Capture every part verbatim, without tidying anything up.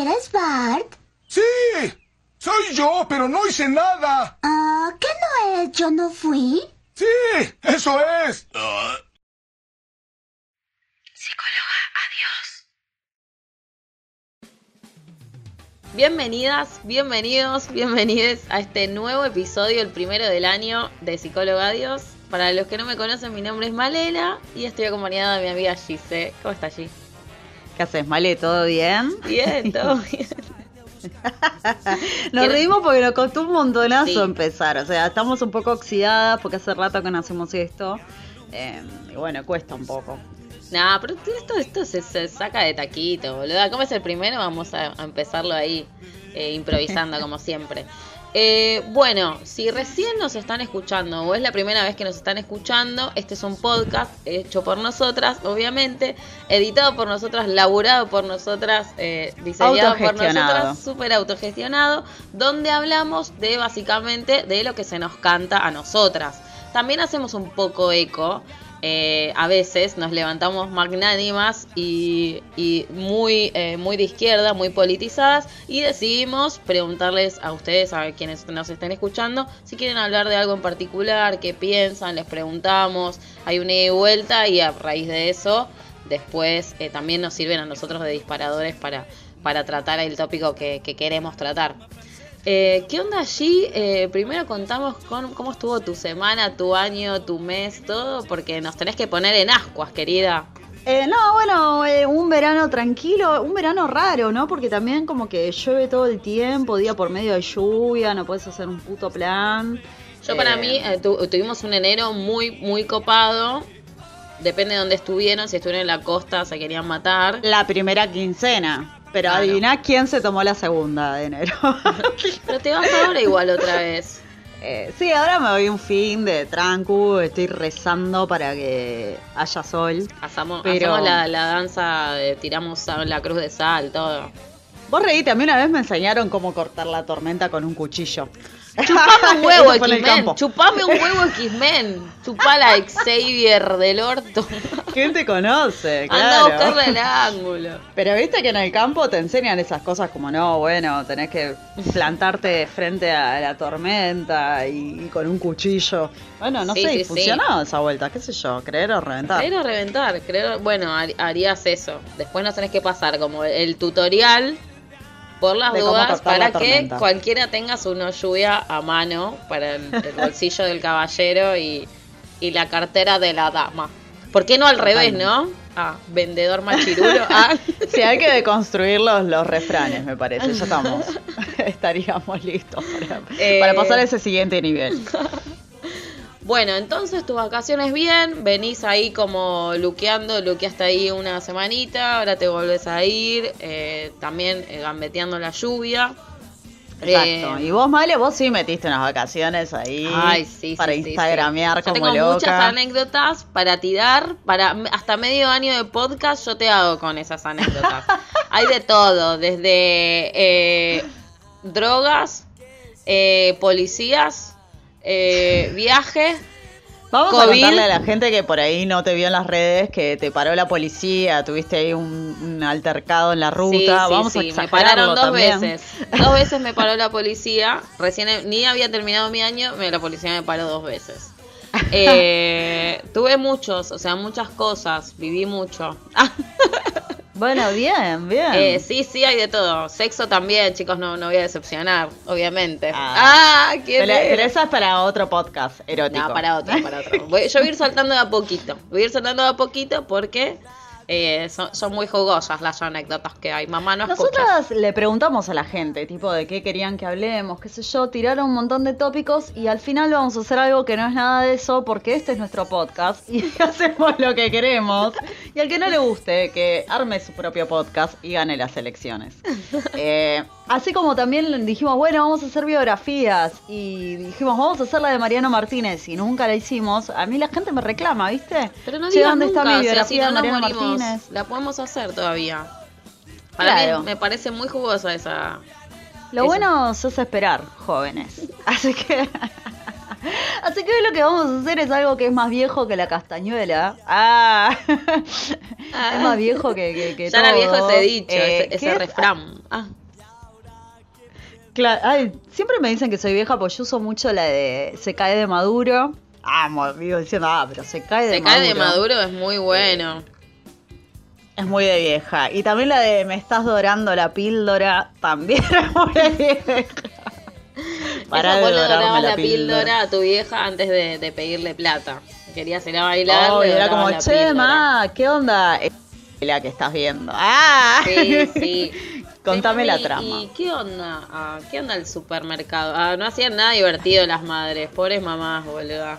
¿Eres Bart? ¡Sí! ¡Soy yo, pero no hice nada! Ah, ¿qué no eres? ¿Yo no fui? ¡Sí! ¡Eso es! Uh. Psicóloga, adiós. Bienvenidas, bienvenidos, bienvenides a este nuevo episodio, el primero del año de Psicóloga Adiós. Para los que no me conocen, mi nombre es Malena y estoy acompañada de mi amiga Gise. ¿Cómo está, Gise? ¿Qué haces, Male? ¿Todo bien? Bien, todo bien. Nos reímos porque nos costó un montonazo Sí. empezar. O sea, estamos un poco oxidadas porque hace rato que no hacemos esto. Eh, y bueno, cuesta un poco. Nah, pero esto, esto se, se saca de taquito, boluda. ¿Cómo es el primero? Vamos a, a empezarlo ahí, eh, improvisando como siempre. Eh, bueno, si recién nos están escuchando o es la primera vez que nos están escuchando, este es un podcast hecho por nosotras, obviamente, editado por nosotras, laburado por nosotras, eh, diseñado por nosotras, súper autogestionado, donde hablamos de básicamente de lo que se nos canta a nosotras. También hacemos un poco eco. Eh, a veces nos levantamos magnánimas y, y muy, eh, muy de izquierda, muy politizadas, y decidimos preguntarles a ustedes, a quienes nos estén escuchando, si quieren hablar de algo en particular, qué piensan, les preguntamos, hay una ida y vuelta, y a raíz de eso después eh, también nos sirven a nosotros de disparadores para, para tratar el tópico que, que queremos tratar. Eh, ¿Qué onda allí? Eh, primero contamos con cómo estuvo tu semana, tu año, tu mes, todo, porque nos tenés que poner en ascuas, querida. Eh, no, bueno, eh, un verano tranquilo, un verano raro, ¿no? Porque también como que llueve todo el tiempo, día por medio de lluvia, no puedes hacer un puto plan. Yo para Eh, mí eh, tu, tuvimos un enero muy, muy copado. Depende de dónde estuvieron, si estuvieron en la costa se querían matar. La primera quincena. Pero Claro. adiviná quién se tomó la segunda de enero. Pero te vas ahora igual otra vez. Eh, sí, ahora me voy un fin de trancu, estoy rezando para que haya sol. Hacemos, Pero- hacemos la, la danza, de, tiramos sal- la cruz de sal, todo. Vos reíte, a mí una vez me enseñaron cómo cortar la tormenta con un cuchillo. Chupame un huevo, Eso fue en el X-Men. campo. Chupame un huevo, X-Men. Chupala, Xavier del orto. ¿Quién te conoce? Anda a Claro. buscarle el ángulo. Pero viste que en el campo te enseñan esas cosas como, no, bueno, tenés que plantarte frente a la tormenta y, y con un cuchillo. Bueno, no Sí, sé, sí, y funcionó esa vuelta, qué sé yo, creer o reventar. Creer o reventar, creer, bueno, har- harías eso. Después nos tenés que pasar como el tutorial por las De cómo dudas cortar para la que tormenta. cualquiera tenga su no lluvia a mano para el, el bolsillo del caballero y, y la cartera de la dama. ¿Por qué no al revés, no? Ah, vendedor machirulo. Ah. Sí, hay que deconstruir los, los refranes, me parece, ya estamos. Estaríamos listos para, Eh. para pasar a ese siguiente nivel. Bueno, entonces tus vacaciones bien, venís ahí como luqueando, luqueaste ahí una semanita, ahora te volvés a ir, eh, también eh, gambeteando la lluvia. Exacto. Eh, Y vos, Male, vos sí metiste unas vacaciones ahí Ay, sí, para sí, sí, instagramear sí. Yo como tengo loca. muchas anécdotas para tirar, para hasta medio año de podcast yo te hago con esas anécdotas. Hay de todo, desde eh, drogas, eh, policías, eh, viajes. Vamos a COVID. contarle a la gente que por ahí no te vio en las redes, que te paró la policía, tuviste ahí un, un altercado en la ruta. Sí, sí, Vamos sí, a me exagerarlo pararon dos también. veces. Dos veces me paró la policía. Recién he- ni había terminado mi año, me- la policía me paró dos veces. Eh, tuve muchos, o sea, muchas cosas. Viví mucho. Bueno, bien, bien. Eh, sí, sí, hay de todo. Sexo también, chicos, no, no voy a decepcionar, obviamente. Ah. Ah, ¿quién pero, era? pero esa es para otro podcast erótico. No, para otro, para otro. Voy, yo voy a ir soltando de a poquito. Voy a ir soltando de a poquito porque eh, son, son muy jugosas las anécdotas que hay. Mamá no escucha. Nosotras le preguntamos a la gente, tipo, de qué querían que hablemos, qué sé yo, tiraron un montón de tópicos y al final vamos a hacer algo que no es nada de eso porque este es nuestro podcast y hacemos lo que queremos. Y al que no le guste, que arme su propio podcast y gane las elecciones. Eh, así como también dijimos, bueno, vamos a hacer biografías y dijimos, vamos a hacer la de Mariano Martínez y nunca la hicimos. A mí la gente me reclama, ¿viste? Pero no Che, digas ¿dónde está nunca, mi o sea, si biografía no de nos Mariano morimos, Martínez? la podemos hacer todavía. Para Claro. mí me parece muy jugosa esa. Lo Eso. bueno es esperar, jóvenes. Así que Así que hoy lo que vamos a hacer es algo que es más viejo que la castañuela. Ah, Ah. es más viejo que, que, que Ya todo. era viejo ese dicho, Eh, ese, ¿qué ese es? refrán. Ah, Claro, ay, siempre me dicen que soy vieja porque yo uso mucho la de se cae de maduro. Ah, mo- vivo diciendo, ah, pero se cae de se maduro. cae de maduro, es muy bueno. Es muy de vieja. Y también la de me estás dorando la píldora, también es muy de vieja. Pará Esa de vos le dorarme dorabas la la píldora. píldora a tu vieja antes de, de pedirle plata. Querías ir a bailar, Oh, le y era dorabas como, la che, píldora. ma, ¿qué onda? Es la que estás viendo. ¡Ah! Sí, sí. Contame Sí, la mami, trama. ¿Y qué onda? Ah, ¿Qué onda el supermercado? Ah, no hacían nada divertido las madres, pobres mamás, boluda.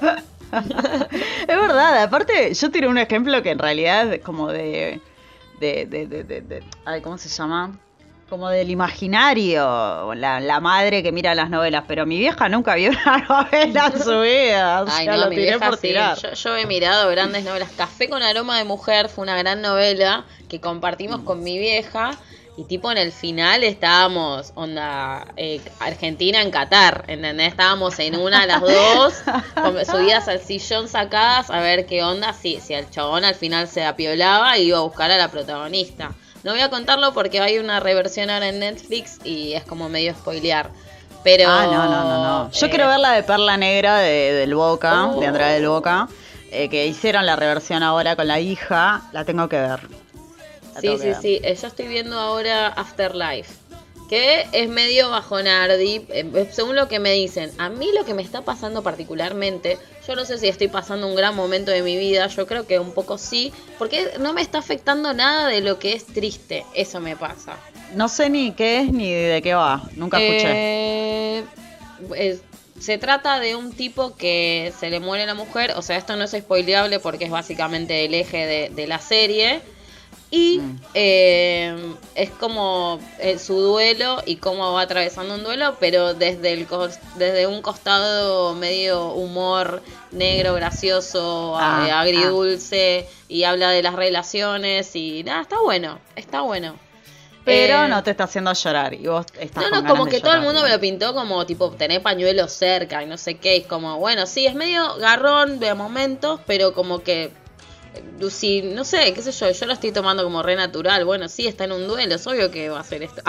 Es verdad, aparte yo tiré un ejemplo que en realidad es como de, de, de, de, de, de- ay, ¿cómo se llama? Como del imaginario, la, la madre que mira las novelas, pero mi vieja nunca vio una novela en su vida, o Ay, sea, no, lo mi tiré vieja por sí. tirar. Yo, yo he mirado grandes novelas. Café con aroma de mujer fue una gran novela que compartimos con mi vieja. Y tipo en el final estábamos, onda, eh, Argentina en Qatar, ¿entendés? Estábamos en una, las dos, con- subidas al sillón sacadas a ver qué onda, si, si el chabón al final se apiolaba y iba a buscar a la protagonista. No voy a contarlo porque hay una reversión ahora en Netflix y es como medio spoilear. Pero, Ah, no, no, no, no. Yo eh, quiero ver la de Perla Negra de, del Boca, Oh. de Andrade del Boca, eh, que hicieron la reversión ahora con la hija, la tengo que ver. La Sí, tengo que sí, ver. sí. Eh, Yo estoy viendo ahora Afterlife, que es medio bajonardi, eh, según lo que me dicen. A mí lo que me está pasando particularmente, yo no sé si estoy pasando un gran momento de mi vida, yo creo que un poco sí, porque no me está afectando nada de lo que es triste, eso me pasa. No sé ni qué es ni de qué va, nunca escuché. Eh, es- se trata de un tipo que se le muere la mujer, o sea, esto no es spoileable porque es básicamente el eje de, de la serie. Y Mm. eh, es como eh, su duelo y cómo va atravesando un duelo, pero desde, el cos- desde un costado medio humor negro, gracioso, Ah, eh, agridulce, y habla de las relaciones y nada, está bueno, está bueno. Pero Eh, no te está haciendo llorar y vos estás no, con no, como ganas que de todo el llorar, mundo me lo digamos. pintó como tipo tener pañuelos cerca y no sé qué. Es como, bueno, sí, es medio garrón de momentos, pero como que, eh, si, no sé, qué sé yo, yo lo estoy tomando como re natural. Bueno, sí, está en un duelo, es obvio que va a hacer esto.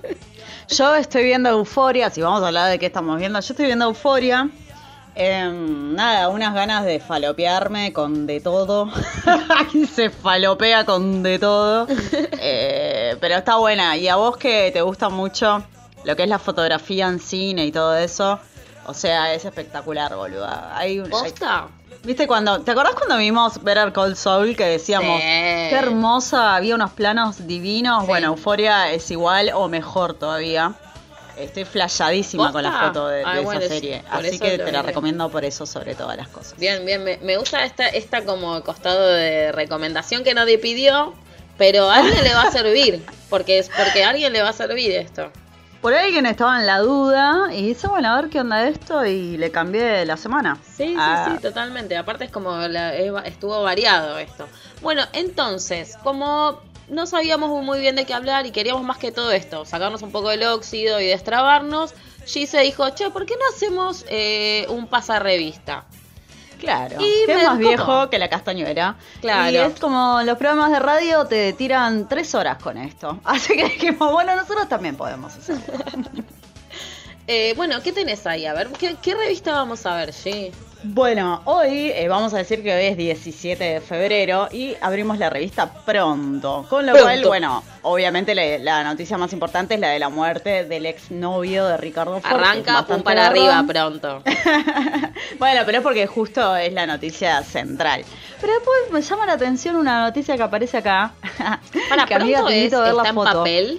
Yo estoy viendo Euforia, si vamos a hablar de qué estamos viendo, yo estoy viendo Euforia. Eh, nada, unas ganas de falopearme con de todo. Aquí se falopea con de todo. Eh, pero está buena. Y a vos que te gusta mucho lo que es la fotografía en cine y todo eso, o sea, es espectacular, boluda. Hay un, hay- ¿Posta? ¿Viste cuando, te acordás cuando vimos Better Call Saul que decíamos, Sí. qué hermosa, había unos planos divinos? Sí. Bueno, Euforia es igual o mejor todavía. Estoy flasheadísima con la ¿Posta? foto de, de Ay, bueno, esa sí, serie. por Así eso que lo te la veré. recomiendo por eso sobre todas las cosas. Bien, bien, me, me gusta esta, esta como costado de recomendación que nadie pidió, pero a alguien le va a servir, porque es porque a alguien le va a servir esto. Por ahí alguien estaba en la duda y dice, bueno, a ver qué onda esto y le cambié la semana. Sí, Ah, sí, sí, totalmente. Aparte es como la- es va- estuvo variado esto. Bueno, entonces, como no sabíamos muy bien de qué hablar y queríamos más que todo esto, sacarnos un poco del óxido y destrabarnos, Gise dijo, che, ¿por qué no hacemos eh, un pasarrevista? Claro, Y que me es más descopó. viejo que la castañuera. Claro. Y es como los programas de radio te tiran tres horas con esto. Así que dijimos, bueno, nosotros también podemos hacerlo. Eh, bueno, ¿qué tenés ahí? A ver, ¿qué, qué revista vamos a ver, G? Bueno, hoy eh, vamos a decir que hoy es diecisiete de febrero y abrimos la revista pronto. Con lo Pronto. cual, bueno, obviamente la, la noticia más importante es la de la muerte del exnovio de Ricardo Ford. que es Arranca pum bastante para arriba garrón. pronto. Bueno, pero es porque justo es la noticia central. Pero después me llama la atención una noticia que aparece acá. Para que amiga, pronto te es, invito a ver está la en foto. papel.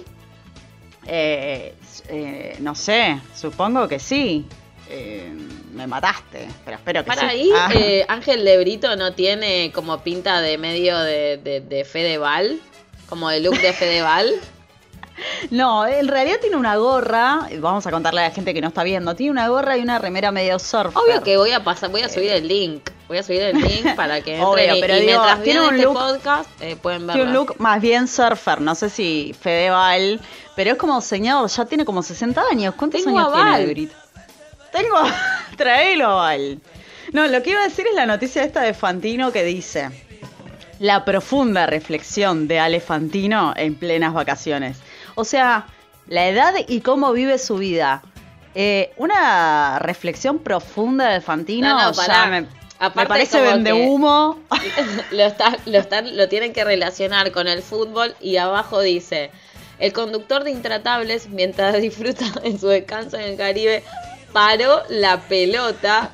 Eh, eh, no sé, supongo que sí. Eh, me mataste, pero espero que Para sí. ahí, Ah. eh, Ángel de Brito no tiene como pinta de medio de, de, de Fedeval, como de look de Fedeval. No, en realidad tiene una gorra. Vamos a contarle a la gente que no está viendo. Tiene una gorra y una remera medio surfer. Obvio que voy a pasar, voy a subir el link. Voy a subir el link para que entren Obvio, y, pero y digo, mientras tiene vienen un este look- podcast eh, pueden verlo. Tiene un look más bien surfer. No sé si Fedeval, pero es como señor, ya tiene como sesenta años. ¿Cuántos Tengo años aval. tiene de Brito? Tengo. Traelo al. No, lo que iba a decir es la noticia esta de Fantino que dice: la profunda reflexión de Ale Fantino en plenas vacaciones. O sea, la edad y cómo vive su vida. Eh, una reflexión profunda de Fantino. No, no, ya pará. me, Aparte, me parece como vende que humo. Lo, está, lo, están, lo tienen que relacionar con el fútbol y abajo dice: el conductor de Intratables, mientras disfruta en su descanso en el Caribe, paró la pelota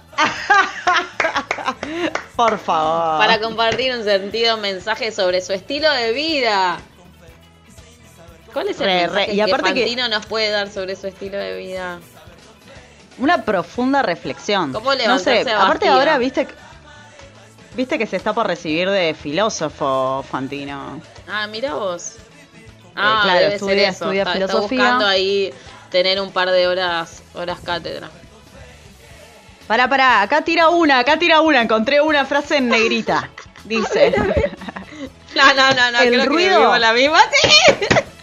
Por favor. para compartir un sentido mensaje sobre su estilo de vida. ¿Cuál es el Re, mensaje re, y aparte que que- Fantino nos puede dar sobre su estilo de vida? Una profunda reflexión. ¿Cómo No levantarse sé, a aparte Bastida? ahora viste que, viste que se está por recibir de filósofo Fantino. Ah, mira vos. Ah, claro, debe estudia- ser eso. estudia está, está filosofía. buscando ahí tener un par de horas, horas cátedra. Pará, pará, acá tira una, acá tira una, encontré una frase en negrita. Dice, No, no, no, no, El creo ruido. que vivimos la misma. ¡Sí!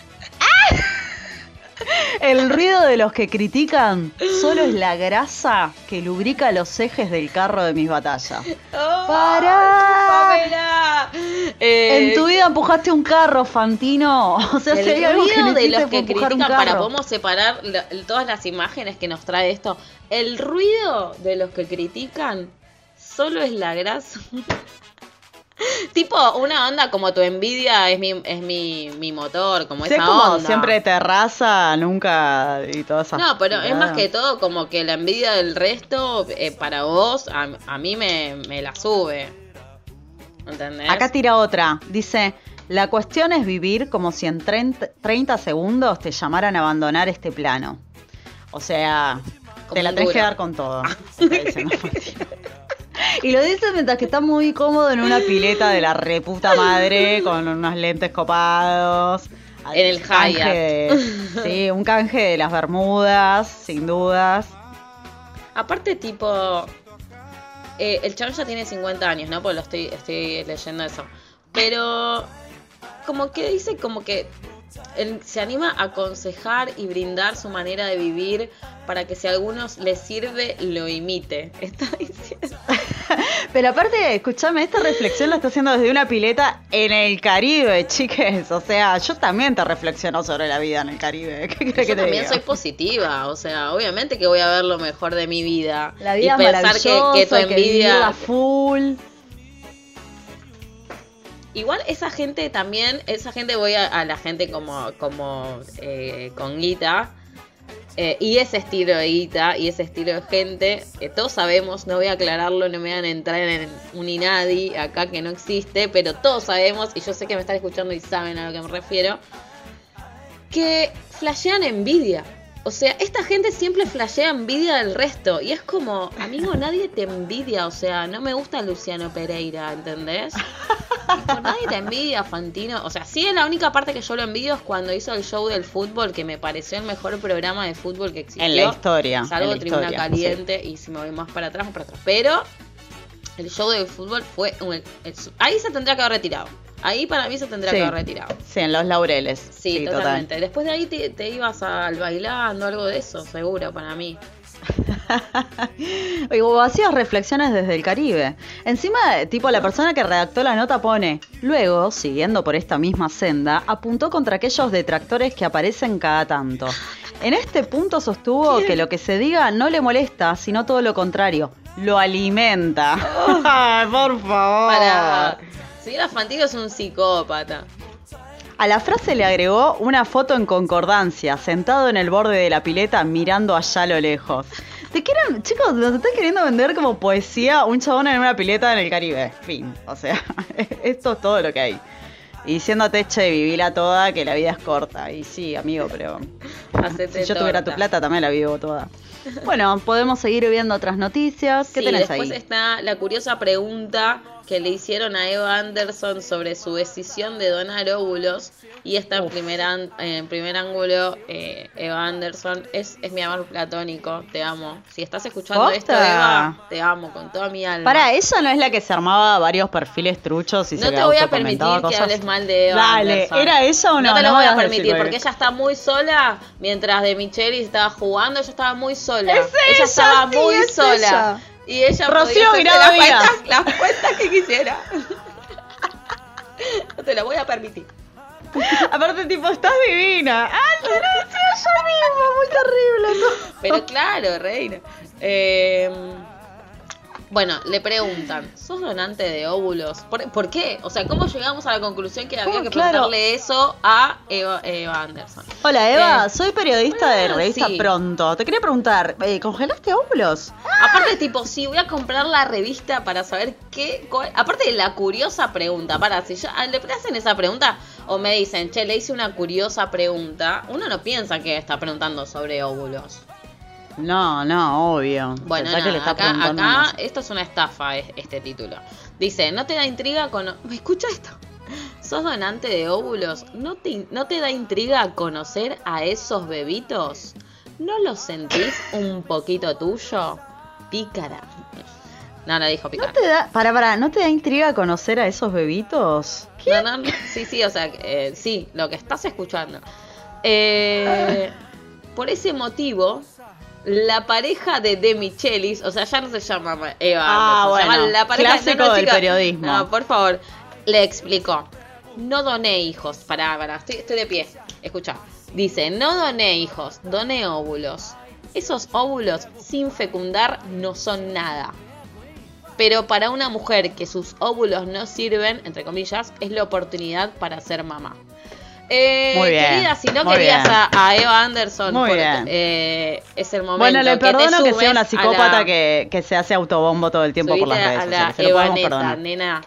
el ruido de los que critican solo es la grasa que lubrica los ejes del carro de mis batallas. Oh, ¡Pará! Pamela. Eh, En tu vida empujaste un carro, Fantino. O sea, el si hay algo que ruido no de hiciste los fue que empujar un critican, para carro. podemos separar la- todas las imágenes que nos trae esto. El ruido de los que critican solo es la grasa. Tipo una onda como tu envidia es mi, es mi, mi motor, como Sí, esa es como onda. siempre terraza, nunca y todas esas. No, pero es más giladas. que todo como que la envidia del resto, eh, para vos, a, a mí me, me la sube. ¿Entendés? Acá tira otra. Dice, la cuestión es vivir como si en treinta, treinta segundos te llamaran a abandonar este plano. O sea, Como te la un tenés que duro. dar con todo. Está diciendo Fantino. Y lo dice mientras que está muy cómodo en una pileta de la reputa madre, con unos lentes copados. En el Canje Hyatt. de- Sí, un canje de las Bermudas, sin dudas. Aparte, tipo, eh, el chabón ya tiene cincuenta años, ¿no? Porque lo estoy, estoy leyendo eso. Pero como que dice como que él se anima a aconsejar y brindar su manera de vivir para que si a algunos les sirve, lo imite. Está diciendo. Pero aparte, escúchame, esta reflexión la está haciendo desde una pileta en el Caribe, chiques. O sea, yo también te reflexiono sobre la vida en el Caribe. ¿Qué crees que Yo te también diga? soy positiva, o sea, obviamente que voy a ver lo mejor de mi vida. La vida y es pensar que, maravillosa, que tu hay que vivirla envidia... full. Igual esa gente también, esa gente voy a, a la gente como, como eh, con guita, eh, y ese estilo de guita, y ese estilo de gente, que todos sabemos, no voy a aclararlo, no me van a entrar en un inadi acá que no existe, pero todos sabemos, y yo sé que me están escuchando y saben a lo que me refiero, que flashean envidia. O sea, esta gente siempre flashea envidia del resto. Y es como, amigo, nadie te envidia. O sea, no me gusta Luciano Pereira, ¿entendés? Tipo, nadie te envidia, Fantino. O sea, sí, es la única parte que yo lo envidio es cuando hizo el show del fútbol, que me pareció el mejor programa de fútbol que existió. En la historia. Salvo en la Tribuna historia, Caliente, y si me voy más para atrás, más para atrás. Pero el show del fútbol fue... Un, el- ahí se tendría que haber retirado. Ahí para mí se tendría Sí. que haber retirado. Sí, sí, en los laureles. Sí, totalmente. Después de ahí te, te ibas al bailando, algo de eso, seguro, para mí. Oye, vos hacías reflexiones desde el Caribe. Encima, tipo, la persona que redactó la nota pone, luego, siguiendo por esta misma senda, apuntó contra aquellos detractores que aparecen cada tanto. En este punto sostuvo que lo que se diga no le molesta, sino todo lo contrario, lo alimenta. Ay, por favor. Para... Si era Fantino es un psicópata. A la frase le agregó una foto en concordancia, sentado en el borde de la pileta mirando allá a lo lejos. Te quieren, chicos, nos están queriendo vender como poesía un chabón en una pileta en el Caribe. Fin. O sea, esto es todo lo que hay. Y diciéndote, che, vivila toda, que la vida es corta. Y sí, amigo, pero Hacete si yo tuviera tu torta. plata también la vivo toda. Bueno, podemos seguir viendo otras noticias. ¿Qué Sí, tenés después ahí? está la curiosa pregunta que le hicieron a Eva Anderson sobre su decisión de donar óvulos. Y esta en primer, an- en primer ángulo, eh, Eva Anderson es, es mi amor platónico, te amo. Si estás escuchando ¿Posta? esto, Eva, te amo con toda mi alma. Para, ella no es la que se armaba varios perfiles truchos y No se te voy a autocomentaba permitir que cosas. hables mal de Eva Dale, Anderson. ¿era ella o no? No te lo No voy me a vas a permitir, decir porque que- ella está muy sola, mientras de Michelis estaba jugando, ella estaba muy sola. Es ella ella, estaba sí, muy es sola. ella. Y ella Rocío podía hacerse Guirao las Díaz. cuentas, las cuentas que quisiera. No te lo voy a permitir. Aparte, tipo, estás divina. ¡Ay, se lo decía yo mismo! Muy terrible. ¿No? Pero claro, reina. Eh, bueno, le preguntan, ¿sos donante de óvulos? ¿Por, por qué? O sea, ¿cómo llegamos a la conclusión que había Oh, que claro. preguntarle eso a Eva, Eva Anderson? Hola, Eva. Eh, soy periodista de bueno, Revista sí. Pronto. Te quería preguntar, eh, ¿congelaste óvulos? Aparte, tipo, sí, voy a comprar la revista para saber qué... cuál- aparte de la curiosa pregunta, para, si yo, le hacen esa pregunta o me dicen, che, le hice una curiosa pregunta, uno no piensa que está preguntando sobre óvulos. No, no, obvio. Bueno, Pensá que nada, le está acá, preguntando acá más. esto es una estafa, es- este título. Dice, ¿no te da intriga cono... ¿Me escucha esto? ¿Sos donante de óvulos? ¿No te, ¿No te da intriga conocer a esos bebitos? ¿No los sentís un poquito tuyo? Pícara. No, no dijo ¿No pícara. te da, para, para, ¿no te da intriga conocer a esos bebitos? No, no, no. Sí, sí, o sea, eh, sí, lo que estás escuchando. Eh, por ese motivo, la pareja de De Michelis, o sea, ya no se llama Eva Ah, Anderson, se bueno, llama la pareja clásico no, no, del chica, periodismo. No, por favor, le explicó. No doné hijos, pará, pará, estoy, estoy de pie. Escucha, dice, no doné hijos, doné óvulos. Esos óvulos sin fecundar no son nada. Pero para una mujer que sus óvulos no sirven, entre comillas, es la oportunidad para ser mamá. Eh, Muy bien, querida, si no muy querías bien. a, a Eva Anderson, Muy por- bien. eh, es el momento. Bueno, le que te perdono que subes sea una a psicópata la- que, que se hace autobombo todo el tiempo por las subite redes a la sociales. Se lo podemos Evaneta, perdonar. nena.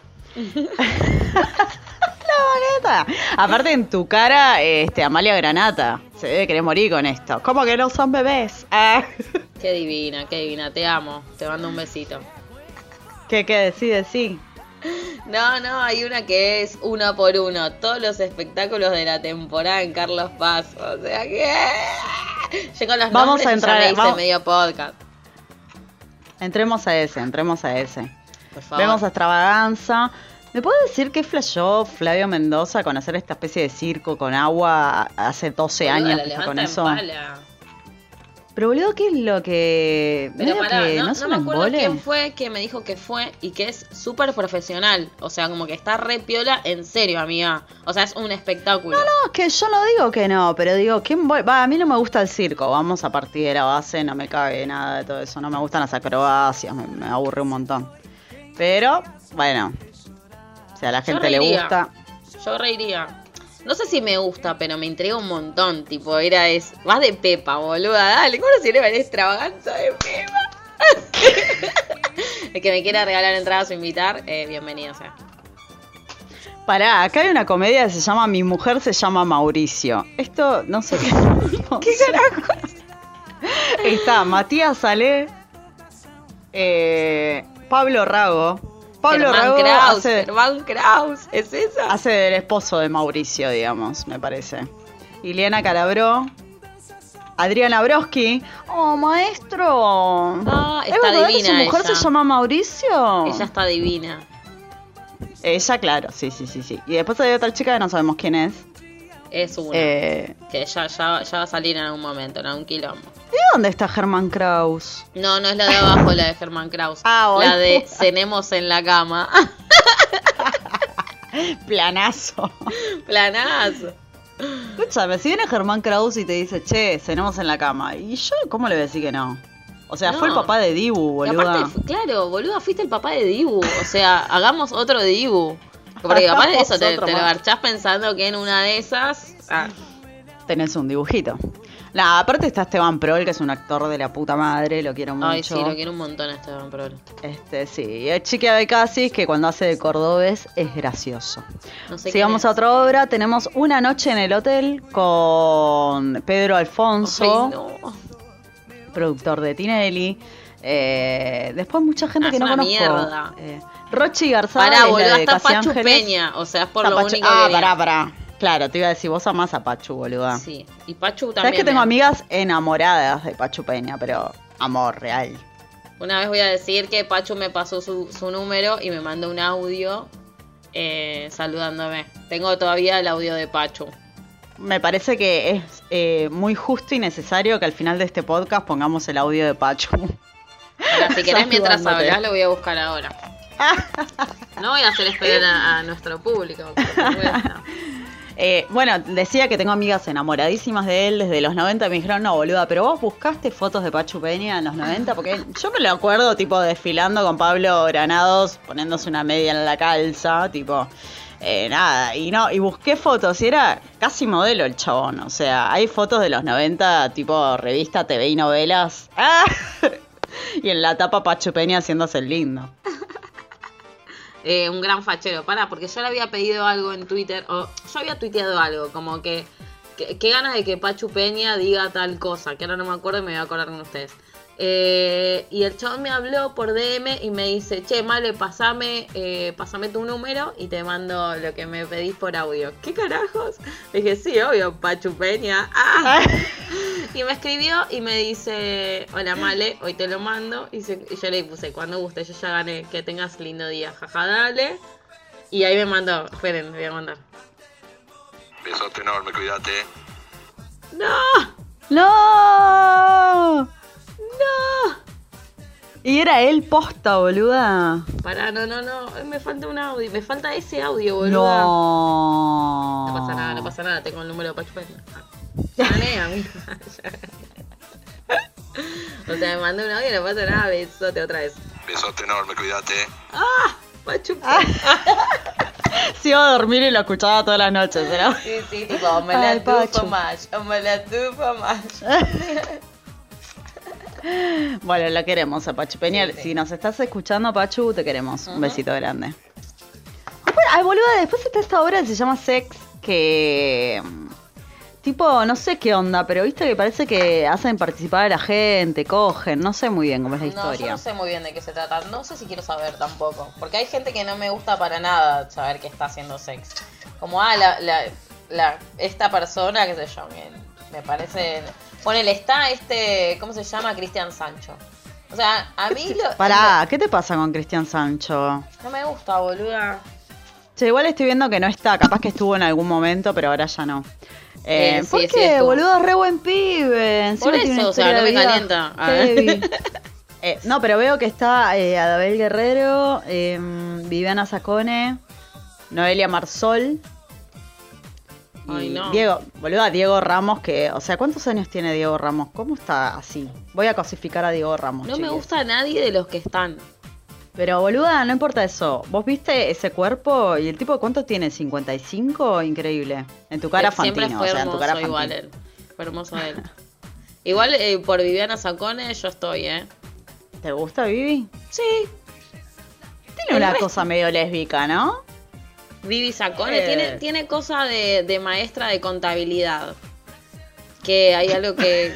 Boneta. Aparte en tu cara, este, Amalia Granata. Se debe querer morir con esto. ¿Cómo que no son bebés? Ah. Qué divina, qué divina, te amo. Te mando un besito. ¿Qué, qué decide? Sí. No, no, hay una que es uno por uno. Todos los espectáculos de la temporada en Carlos Paz. O sea que... Yo con los Vamos nombres a entrar- ya me hice vamos- medio podcast. Entremos a ese, entremos a ese. Por favor. Vemos a Extravaganza. ¿Me puede decir qué flashó Flavio Mendoza con hacer esta especie de circo con agua hace doce Boluda, años la que está levanta con en eso? pala. Pero boludo, ¿qué es lo que...? Pero medio pará, que no, no, es no un me acuerdo embole? quién fue que me dijo que fue y que es súper profesional. O sea, como que está re piola, en serio, amiga. O sea, es un espectáculo. No, es que yo no digo que no, pero digo, ¿quién voy? Va, a mí no me gusta el circo, vamos a partir de la base, no me cabe nada de todo eso, no me gustan las acrobacias, me, me aburre un montón. Pero, bueno, si a la Yo gente le reiría. gusta... Yo reiría. No sé si me gusta, pero me intriga un montón. Tipo, era es. Vas de Pepa, boluda. Dale, ¿cómo se llama la extravaganza de Pepa? El que me quiera regalar entradas o invitar, eh, bienvenido sea. Pará, acá hay una comedia que se llama Mi mujer se llama Mauricio. Esto, no sé qué... no ¿Qué sé. carajo? Está Matías Salé, eh, Pablo Rago. Pablo Germán Rago Kraus, hace, Germán Kraus, ¿es esa? hace del esposo de Mauricio, digamos, me parece. Ileana Calabró, Adriana Broski. ¡Oh, maestro! Ah, ¿Es está verdad que divina su mujer ella. se llama Mauricio? Ella está divina. Ella, claro, sí, sí, sí, sí. Y después hay otra chica que no sabemos quién es. Es una. Eh, Que ya, ya, ya va a salir en algún momento, en algún quilombo. ¿De dónde está Germán Kraus? No, no es la de abajo, la de Germán Kraus. Ah, la boluda. de Cenemos en la cama. Planazo. Planazo. Escúchame, si viene Germán Kraus y te dice, che, cenemos en la cama, ¿y yo cómo le voy a decir que no? O sea, No. fue el papá de Dibu, Y boluda. aparte, fu- claro, boluda, fuiste el papá de Dibu. O sea, hagamos otro Dibu. Porque capaz de Hagamos eso, te, otro te lo más. garchás pensando que en una de esas. Ah, Tenés un dibujito. Nah, aparte está Esteban Prol, que es un actor de la puta madre, lo quiero mucho. ay, sí, lo quiero un montón a Esteban Prol. Este, sí, y el Chiqui Abecasis, que cuando hace de cordobés es gracioso. No sé Sigamos quién a es. otra obra, tenemos Una noche en el hotel con Pedro Alfonso, Ay, no. productor de Tinelli. Eh, después mucha gente Ah, que es no una conozco. mierda. Eh, Rochi Garzada Pará, es la boludo, de hasta Casi Pachu Ángeles. Peña. O sea, es por Está lo Pachu- único Ah, que pará, pará. Claro, te iba a decir, vos amás a Pachu, boluda. Sí, y Pachu también. Sabes que tengo me- amigas enamoradas de Pachu Peña, pero amor real. Una vez voy a decir que Pachu me pasó su, su número y me mandó un audio eh, saludándome. Tengo todavía el audio de Pachu. Me parece que es eh, muy justo y necesario que al final de este podcast pongamos el audio de Pachu. Ahora, si querés, mientras Saludándote. hablas, lo voy a buscar ahora. No voy a hacer esperar a, a nuestro público. por supuesto. Eh, bueno, decía que tengo amigas enamoradísimas de él desde los noventa. Me dijeron, no, boluda, pero vos buscaste fotos de Pachu Peña en los noventa, porque yo me lo acuerdo, tipo, desfilando con Pablo Granados, poniéndose una media en la calza, tipo, eh, nada, y no, y busqué fotos, y era casi modelo el chabón, o sea, hay fotos de los noventa, tipo, revista, T V y novelas, ¡ah! Y en la tapa Pachu Peña haciéndose el lindo. Eh, un gran fachero, para, porque yo le había pedido algo en Twitter, o yo había tuiteado algo, como que, que, que ganas de que Pachu Peña diga tal cosa, que ahora no me acuerdo y me voy a acordar con ustedes. Eh, y el chabón me habló por D M y me dice, che, Male, pasame, eh, pasame tu número y te mando lo que me pedís por audio. ¿Qué carajos? Le dije, sí, obvio, Pachu Peña. ¡Ah! Y me escribió y me dice, hola Male, hoy te lo mando. Y, se- y yo le puse, cuando guste, yo ya gané, que tengas lindo día, jaja, dale. Y ahí me mandó, esperen, me voy a mandar. Besote enorme, cuídate. ¡No! ¡No! ¡No! Y era él posta, boluda. Pará, no, no, no, me falta un audio, me falta ese audio, boluda. No. No pasa nada, no pasa nada, tengo el número de Pachu Peña. Ah, gané, amiga. O sea, me mandó un audio y no pasa nada, besote otra vez. Besote enorme, cuídate. ¡Ah! Pachu Peña. Se iba a dormir y lo escuchaba todas las noches, ¿no? Sí, sí, tipo, me Ay, la Pachu. tufo más, me la tufo más. Bueno, la queremos a Pachu Peña. Sí, sí. Si nos estás escuchando, Pachu, te queremos. Un Ujú. besito grande. Después, ay, boluda, después está esta obra que se llama Sex, que... mm, tipo, no sé qué onda, pero viste que parece que hacen participar a la gente, cogen, no sé muy bien cómo es la No, yo historia. no sé muy bien de qué se trata. No sé si quiero saber tampoco. Porque hay gente que no me gusta para nada saber que está haciendo sex. Como, ah, la, la, la, esta persona, qué sé yo, me, me parece... Ponele, está este, ¿cómo se llama? Cristian Sancho. O sea, a mí lo... Pará, ¿qué te pasa con Cristian Sancho? No me gusta, boluda. Che, igual estoy viendo que no está, capaz que estuvo en algún momento, pero ahora ya no. Eh, Eh, sí, ¿Por sí qué, estuvo. boludo? Es re buen pibe. Encima Por tiene una eso, o sea, historia no de me vida calienta. Ah. heavy. Eh, no, pero veo que está eh, Adabel Guerrero, eh, Viviana Sacone, Noelia Marsol. Y Ay, no. Diego, boluda, Diego Ramos, que, o sea, ¿cuántos años tiene Diego Ramos? ¿Cómo está así? Voy a cosificar a Diego Ramos. No me chiques. gusta a nadie de los que están. Pero boluda, no importa eso. ¿Vos viste ese cuerpo? ¿Y el tipo cuánto tiene? ¿cincuenta y cinco? Increíble. En tu cara, Siempre Fantino. fue O sea, en hermoso tu cara, igual Fantino. él. Fue hermoso él. Igual eh, por Viviana Sacone yo estoy, ¿eh? ¿Te gusta, Vivi? Sí. Tiene El una resto- cosa medio lésbica, ¿no? Vivi Sacone Eh. tiene, tiene cosa de, de maestra de contabilidad. Que hay algo que...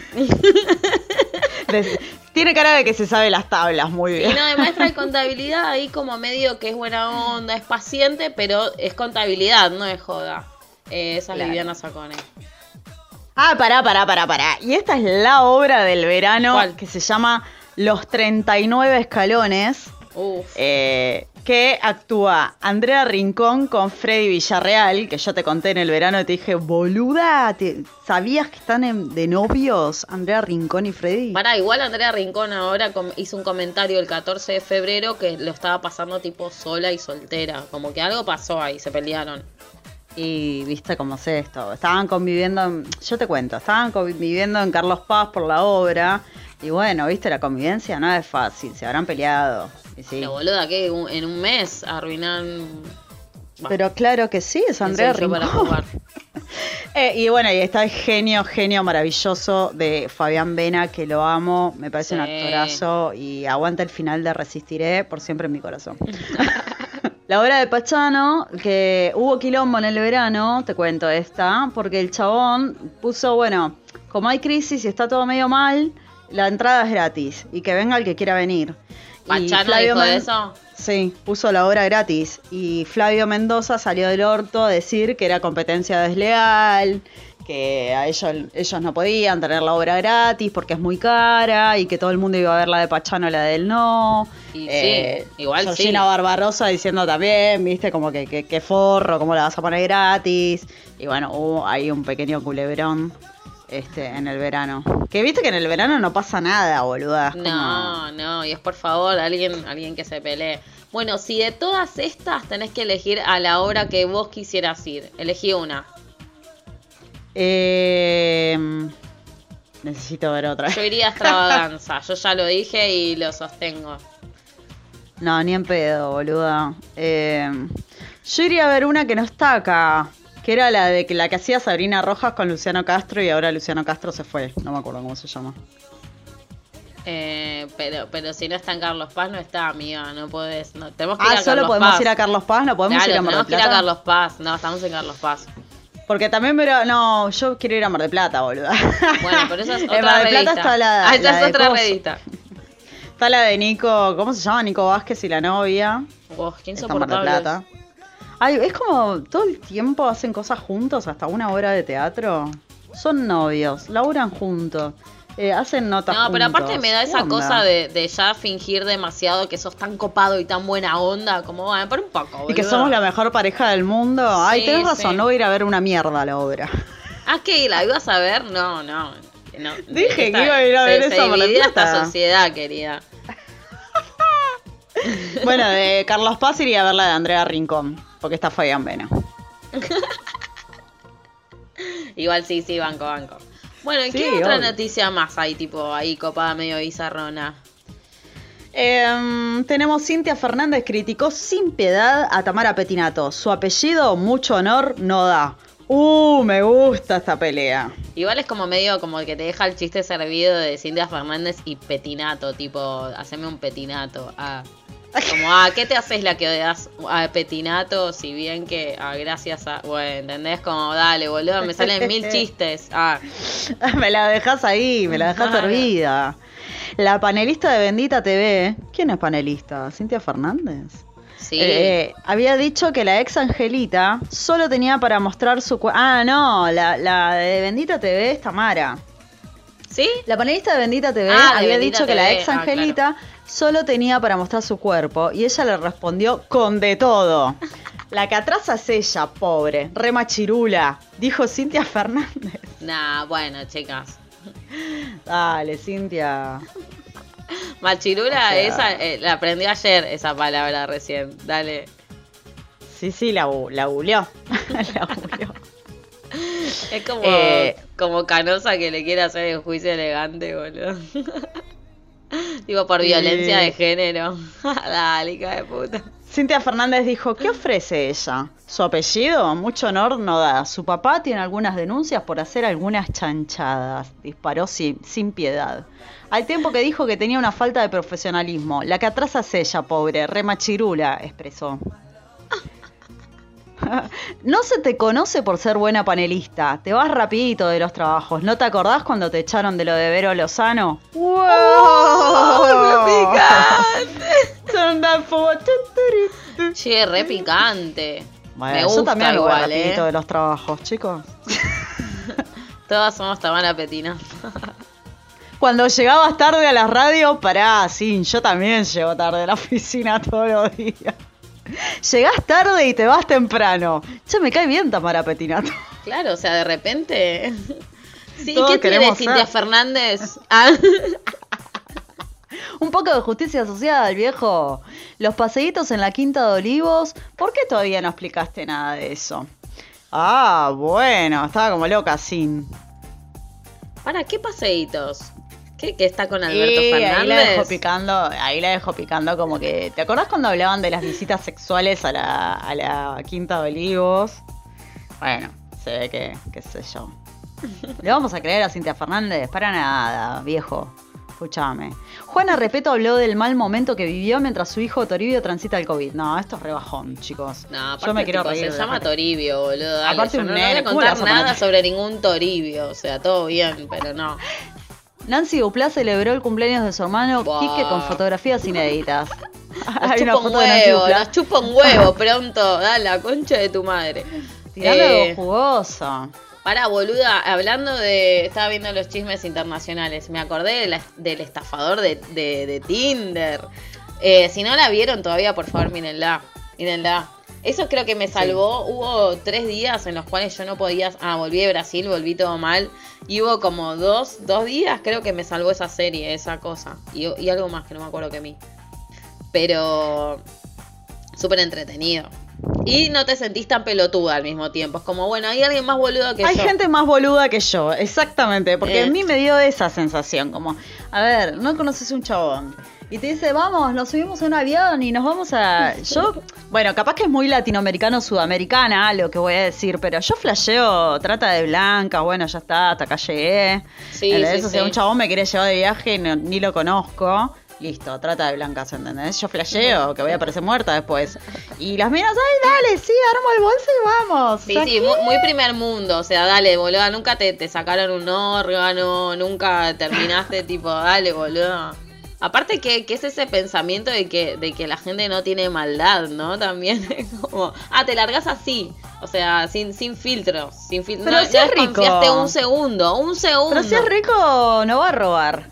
De- tiene cara de que se sabe las tablas muy Y bien. no, de maestra de contabilidad ahí como medio que es buena onda, es paciente, pero es contabilidad, no es joda. Eh, esa es Claro. Viviana Sacone. Ah, pará, pará, pará, pará. Y esta es la obra del verano ¿Cuál? que se llama Los treinta y nueve escalones. Uf. Eh, que actúa Andrea Rincón con Freddy Villarreal, que yo te conté en el verano y te dije, boluda, ¿te- ¿sabías que están en- de novios Andrea Rincón y Freddy? Pará, igual Andrea Rincón ahora com- hizo un comentario el catorce de febrero que lo estaba pasando tipo sola y soltera. Como que algo pasó ahí, se pelearon. Y viste cómo es esto. Estaban conviviendo, en- yo te cuento, estaban conviviendo en Carlos Paz por la obra. Y bueno, viste, la convivencia no es fácil, se habrán peleado. Y sí. Pero boluda, que un- en un mes arruinan... Bah, Pero claro que sí, es Andrea soy yo para Rincón. jugar. Eh, y bueno, y está el genio, genio maravilloso de Fabián Vena, que lo amo, me parece un Sí. actorazo y aguanta el final de Resistiré por siempre en mi corazón. La obra de Pachano, que hubo quilombo en el verano, te cuento esta, porque el chabón puso, bueno, como hay crisis y está todo medio mal, la entrada es gratis y que venga el que quiera venir. Y ¿Pachano Flavio dijo Men- eso? Sí, puso la obra gratis. Y Flavio Mendoza salió del orto a decir que era competencia desleal, que a ellos, ellos no podían tener la obra gratis porque es muy cara y que todo el mundo iba a ver la de Pachano y la del no. Y Eh, sí, igual Georgina sí. Barbarosa diciendo también, viste, como que, que, que forro, cómo la vas a poner gratis. Y bueno, hubo ahí un pequeño culebrón este, en el verano. Que viste que en el verano no pasa nada, boluda. Es como- No, no, y es por favor alguien, alguien que se pelee. Bueno, si de todas estas tenés que elegir a la obra que vos quisieras ir, elegí una. Eh, necesito ver otra. Yo iría a Extravaganza, yo ya lo dije y lo sostengo. No, ni en pedo, boluda. Eh, yo iría a ver una que no está acá, que era la de que la que hacía Sabrina Rojas con Luciano Castro y ahora Luciano Castro se fue. No me acuerdo cómo se llama. Eh, pero, pero si no está en Carlos Paz, no está, amiga, no podés. No, tenemos que ir Ah, a solo Carlos podemos Paz. ir a Carlos Paz, no podemos Claro, ir a Mar del tenemos que ir a Plata. Carlos Paz. No, estamos en Carlos Paz. Porque también me era- no, yo quiero ir a Mar del Plata, boluda. Bueno, pero eso es En otra Mar del revista. Plata está la, Ah, esa la es de otra coso. revista. Está la de Nico, ¿cómo se llama? Nico Vázquez y la novia. Oh, qué Está en Mar del insoportable. Plata. Ay, es como todo el tiempo hacen cosas juntos, hasta una obra de teatro. Son novios, laburan juntos, eh, hacen notas No, pero juntos. aparte me da ¿Qué esa onda? cosa de, de ya fingir demasiado que sos tan copado y tan buena onda, como, bueno, por un poco, boludo. Y que somos la mejor pareja del mundo. Ay, Sí, tenés razón, sí. no voy a ir a ver una mierda la obra. Ah, ¿qué? ¿La ibas a ver? No, no. no Dije Esta- que iba a ir a ver se, esa se Mar del dividía esta Plata. sociedad, querida. Bueno, de Carlos Paz iría a ver la de Andrea Rincón, porque está Fabián Vena. Igual sí, sí, banco, banco. Bueno, ¿y Sí, qué otra obvio. noticia más hay, tipo, ahí copada medio bizarrona? Em, tenemos Cintia Fernández criticó sin piedad a Tamara Petinato. Su apellido, mucho honor, no da. Uh, me gusta esta pelea. Igual es como medio como el que te deja el chiste servido de Cintia Fernández y Petinato, tipo, haceme un petinato. Ah. Como, ah, ¿qué te haces la que odias a Petinato? Si bien que, ah, gracias a. Bueno, ¿entendés? Como, dale, boludo, me salen mil chistes. Ah, Me la dejas ahí, me la dejas Claro. servida. La panelista de Bendita T V, ¿quién es panelista? ¿Cintia Fernández? sí. Eh, había dicho que la ex Angelita solo tenía para mostrar su cuerpo. Ah, no, la, la de Bendita T V es Tamara. ¿Sí? La panelista de Bendita T V Ah, de había Bendita dicho que la T V, ex ah, Angelita solo tenía para mostrar su cuerpo y ella le respondió con de todo. La que atrasa es ella, pobre, re machirula, dijo Cintia Fernández. Nah, bueno, chicas. Dale, Cintia. Machirula, O sea. esa, eh, la aprendí ayer, esa palabra recién. Dale. Sí, sí, la, bu- la buleó. La buleó. Es como, Eh. como Canosa que le quiere hacer el juicio elegante, boludo. Tipo, por violencia de género. Dale, hija de puta. Cintia Fernández dijo, ¿qué ofrece ella? Su apellido, mucho honor no da. Su papá tiene algunas denuncias por hacer algunas chanchadas. Disparó sin, sin piedad. Al tiempo que dijo que tenía una falta de profesionalismo. La que atrasa es ella, pobre, re machirula, expresó. No se te conoce por ser buena panelista. Te vas rapidito de los trabajos. ¿No te acordás cuando te echaron de lo de Vero Lozano? ¡Wow! Turn that forward. Che, re picante. Bueno, Me yo gusta también me voy igual, rapidito eh. de los trabajos, chicos. Todas somos Tamara Petina. Cuando llegabas tarde a la radio, pará, sí, yo también llego tarde a la oficina todos los días. Llegás tarde y te vas temprano. Che, me cae bien Tamara Petinato. Claro, o sea, de repente. Sí, Todos ¿qué tiene queremos Cintia ser. Fernández? Ah. Un poco de justicia social, viejo. Los paseitos en la Quinta de Olivos. ¿Por qué todavía no explicaste nada de eso? Ah, bueno, estaba como loca sin. ¿Para qué paseitos? ¿Qué? ¿Que está con Alberto Y Fernández? ahí la dejó picando, ahí la dejó picando como que. ¿Te acordás cuando hablaban de las visitas sexuales a la, a la Quinta de Olivos? Bueno, se ve que, qué sé yo. ¿Le vamos a creer a Cintia Fernández? Para nada, viejo. Escúchame. Juana Repeto habló del mal momento que vivió mientras su hijo Toribio transita el COVID. No, esto es rebajón, chicos. No, aparte, Yo me quiero tipo, reír. se de llama la gente. Toribio, boludo. Dale, Aparte yo un no, no nene, voy a ¿cómo le contar vas a poner? nada sobre ningún Toribio. O sea, todo bien, pero no. Nancy Duplá celebró el cumpleaños de su hermano Buah. Quique con fotografías inéditas. Nos Hay una chupa un foto de Nancy huevo, Duplá. nos chupa un huevo pronto. Dale, la concha de tu madre. Tirale Eh, algo jugoso. Para, boluda, hablando de... Estaba viendo los chismes internacionales. Me acordé de la- del estafador de, de, de Tinder. Eh, si no la vieron todavía, por favor, mírenla. Mírenla. Eso creo que me salvó. Hubo tres días en los cuales yo no podía... Ah, volví de Brasil, volví todo mal. Y hubo como dos, dos días, creo que me salvó esa serie, esa cosa. Y, y algo más que no me acuerdo que mí. Pero... súper entretenido. Y no te sentís tan pelotuda al mismo tiempo. Es como, bueno, hay alguien más boludo que Hay yo. gente más boluda que yo, exactamente. Porque Eh. a mí me dio esa sensación, como, a ver, no conoces un chabón. Y te dice, vamos, nos subimos a un avión y nos vamos a... Yo, bueno, capaz que es muy latinoamericano, sudamericana lo que voy a decir, pero yo flasheo trata de blanca, bueno, ya está, hasta acá llegué. Sí, ¿Entendés? sí, O sea, sí. un chabón me quiere llevar de viaje y no- ni lo conozco. Listo, trata de blancas, ¿entendés? Yo flasheo, que voy a parecer muerta después. Y las minas, ay, dale, sí, armo el bolso y vamos. Sí, O sea, sí, ¿qué? muy, muy primer mundo. O sea, dale, boluda. Nunca te, te sacaron un órgano, nunca terminaste tipo, dale, boluda. Aparte, que ¿qué es ese pensamiento de que, de que la gente no tiene maldad, ¿no? También es como, ah, te largas así. O sea, sin, sin filtros. Sin fil- Pero no, si no es rico. desconfiaste un segundo, un segundo. Pero si es rico, no va a robar.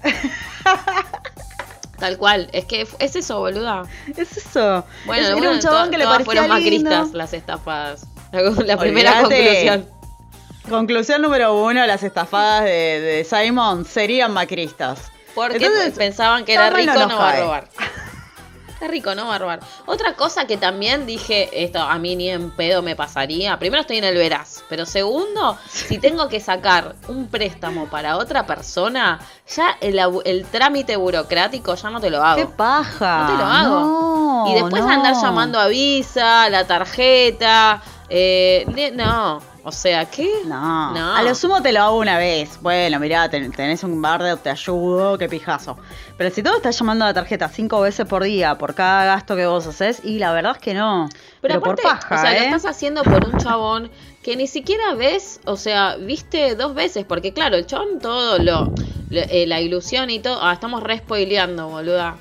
Tal cual. Es que es eso, boluda. Es eso. Bueno, es, era bueno, un chabón to- que le todas parecía fueron lindo. macristas las estafadas. La, la primera Olvídate. conclusión. Conclusión número uno, las estafadas de, de Simon serían macristas. Porque Entonces, pensaban que era tan mal rico, no no, nos va a cae. robar. Está rico, no va a robar. Otra cosa que también dije, esto a mí ni en pedo me pasaría. Primero, estoy en el veraz. Pero segundo, si tengo que sacar un préstamo para otra persona, ya el, abu- el trámite burocrático ya no te lo hago. ¡Qué paja! No te lo hago. No, y después no. andar llamando a Visa, la tarjeta. Eh, ne- no, o sea, ¿qué? No. No. A lo sumo te lo hago una vez. Bueno, mirá, ten- tenés un bardo, te ayudo, qué pijazo. Pero si todo estás llamando a la tarjeta cinco veces por día por cada gasto que vos haces, y la verdad es que no. Pero, Pero, aparte, por paja, o sea, ¿eh? lo estás haciendo por un chabón que ni siquiera ves, o sea, viste dos veces, porque claro, el chabón todo lo, lo- eh, la ilusión y todo, ah, estamos re spoileando, boluda.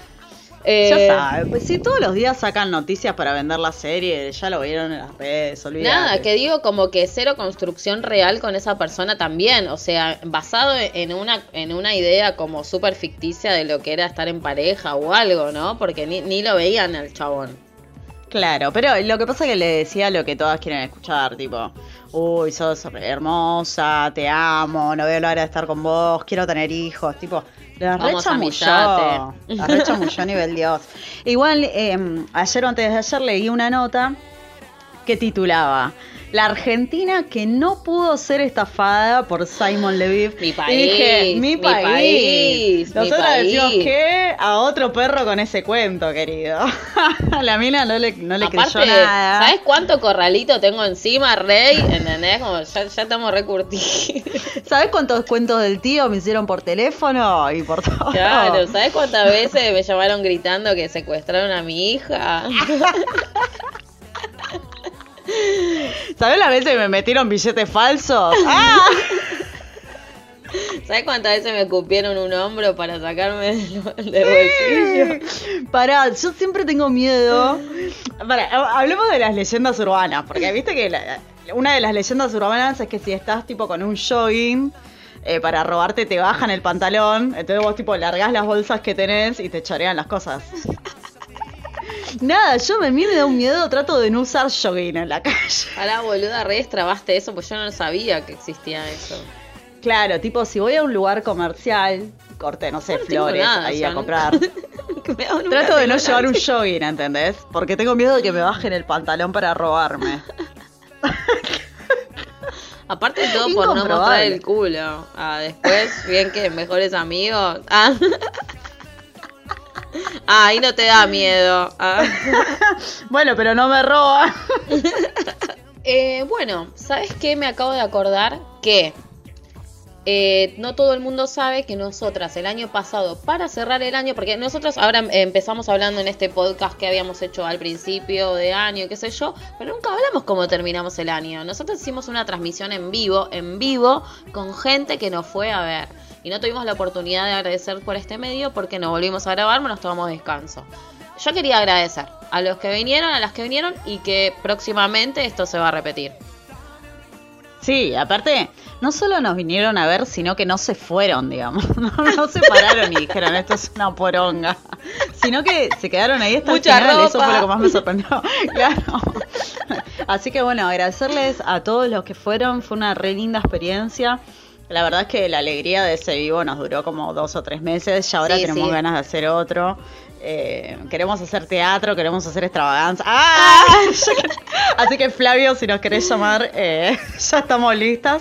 Eh, Ya sabes, pues si todos los días sacan noticias para vender la serie, ya lo vieron en las redes, olvídate. Nada, que digo como que cero construcción real con esa persona también, o sea, basado en una en una idea como súper ficticia de lo que era estar en pareja o algo, ¿no? Porque ni, ni lo veían al chabón. Claro, pero lo que pasa es que le decía lo que todas quieren escuchar, tipo, uy, sos hermosa, te amo, no veo la hora de estar con vos, quiero tener hijos, tipo, la Vamos, rechamulló, amillate. la rechamulló a nivel Dios. Igual, eh, ayer o antes de ayer leí una nota que titulaba La Argentina que no pudo ser estafada por Simon Leviev. Mi Y país, dije, mi, mi país. país, mi Nosotros decimos país. que a otro perro con ese cuento, querido. A la mina no le, no le Aparte, creyó nada. ¿sabes cuánto corralito tengo encima, Rey? ¿Entendés? Como ya, ya estamos recurtidos. ¿Sabes cuántos cuentos del tío me hicieron por teléfono y por todo? Claro, ¿sabes cuántas veces me llamaron gritando que secuestraron a mi hija? ¿Sabes las veces que me metieron billetes falsos? ¡Ah! ¿Sabes cuántas veces me escupieron un hombro para sacarme del, del bolsillo? Pará, yo siempre tengo miedo. Pará, hablemos de las leyendas urbanas, porque viste que la- una de las leyendas urbanas es que si estás tipo con un jogging, eh, para robarte te bajan el pantalón, entonces vos tipo largás las bolsas que tenés y te chorean las cosas. Nada, yo a mí me da un miedo, trato de no usar jogging en la calle. Ahora, boluda, re destrabaste eso, pues yo no sabía que existía eso. Claro, tipo, si voy a un lugar comercial, corte, no sé, Yo no tengo flores, nada, ahí o sea, a no- comprar. Me hago nunca Trato de tengo no llevar un nada. jogging, ¿entendés? Porque tengo miedo de que me bajen el pantalón para robarme. Aparte de todo por no mostrar Incomprobable. el culo. Ah, después, bien que mejores amigos. Ah. Ah, ahí no te da miedo. Ah. Bueno, pero no me roban. Eh, bueno, ¿sabes qué? Me acabo de acordar que eh, no todo el mundo sabe que nosotras el año pasado, para cerrar el año, porque nosotros ahora eh, empezamos hablando en este podcast que habíamos hecho al principio de año, qué sé yo, pero nunca hablamos cómo terminamos el año. Nosotros hicimos una transmisión en vivo, en vivo, con gente que nos fue a ver. y no tuvimos la oportunidad de agradecer por este medio porque nos volvimos a grabar, nos tomamos descanso. Yo quería agradecer a los que vinieron, a las que vinieron y que próximamente esto se va a repetir. Sí, aparte, no solo nos vinieron a ver, sino que no se fueron, digamos. No, no se pararon y dijeron, esto es una poronga. Sino que se quedaron ahí hasta Mucha el final, ropa. eso fue lo que más me sorprendió. Claro. Así que bueno, agradecerles a todos los que fueron, fue una re linda experiencia. La verdad es que la alegría de ese vivo nos duró como dos o tres meses, ya ahora Sí, tenemos sí. ganas de hacer otro. Eh, queremos hacer teatro, queremos hacer extravaganza. ¡Ah! Así que Flavio, si nos querés llamar, eh, ya estamos listas.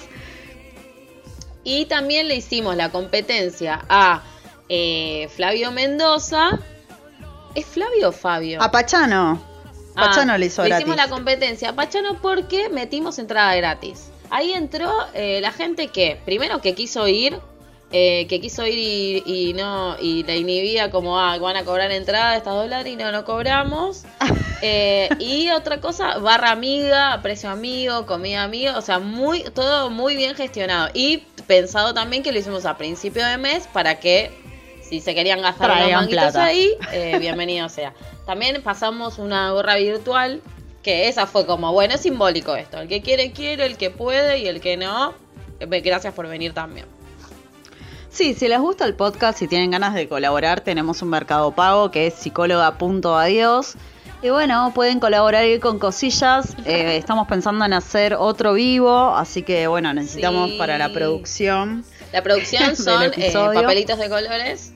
Y también le hicimos la competencia a eh, Flavio Mendoza. ¿Es Flavio o Fabio? A Pachano. Pachano Ah, le hizo le gratis. hicimos la competencia a Pachano porque metimos entrada gratis. Ahí entró eh, la gente que, primero que quiso ir, eh, que quiso ir y, y no, y la inhibía como, ah, van a cobrar entrada estas dólares y no, no cobramos. Eh, y otra cosa, barra amiga, precio amigo, comida amiga, o sea, muy, todo muy bien gestionado. Y pensado también que lo hicimos a principio de mes para que si se querían gastar unos Traigan manguitos plata. ahí, eh, bienvenido sea. También pasamos una gorra virtual, que esa fue como, bueno, es simbólico esto. El que quiere, quiere, el que puede y el que no, eh, gracias por venir también. Sí, si les gusta el podcast, si tienen ganas de colaborar, tenemos un Mercado Pago que es psicóloga punto adiós. Y bueno, pueden colaborar ahí con cosillas. Eh, estamos pensando en hacer otro vivo, así que bueno, necesitamos Sí. para la producción. La producción Del son eh, episodio. papelitos de colores.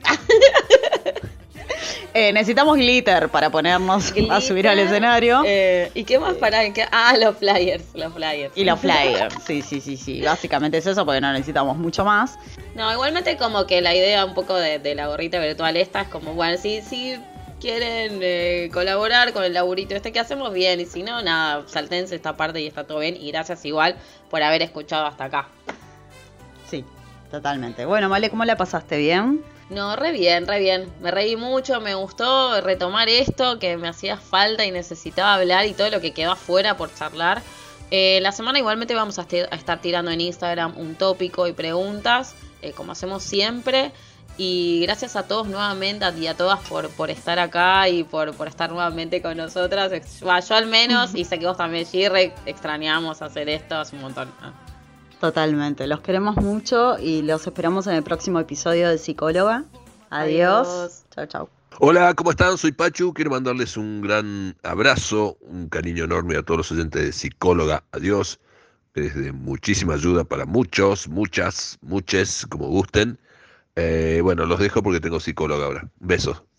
Eh, necesitamos glitter para ponernos a subir al Glitter, escenario. eh, ¿Y qué más para que? Ah, los flyers, los flyers. Y los flyers. Sí, sí, sí, sí. Básicamente es eso porque no necesitamos mucho más. No, igualmente como que la idea un poco de, de la gorrita virtual esta es como, bueno, si, si quieren eh, colaborar con el laburito este que hacemos, bien. Y si no, nada, saltense esta parte y está todo bien. Y gracias igual por haber escuchado hasta acá. Sí, totalmente. Bueno, Male, ¿cómo la pasaste? ¿Bien? No, re bien, re bien. Me reí mucho, me gustó retomar esto que me hacía falta y necesitaba hablar y todo lo que quedó afuera por charlar. Eh, la semana igualmente vamos a, esti- a estar tirando en Instagram un tópico y preguntas, eh, como hacemos siempre. Y gracias a todos nuevamente y a todas por, por estar acá y por, por estar nuevamente con nosotras. Ex- bah, Yo al menos, y sé que vos también, G, re extrañamos hacer esto hace un montón. Ah. Totalmente. Los queremos mucho y los esperamos en el próximo episodio de Psicóloga. Adiós. Adiós. Chao, chao. Hola, ¿cómo están? Soy Pachu. Quiero mandarles un gran abrazo, un cariño enorme a todos los oyentes de Psicóloga. Adiós. Es de muchísima ayuda para muchos, muchas, muches, como gusten. Eh, bueno, los dejo porque tengo psicóloga ahora. Besos.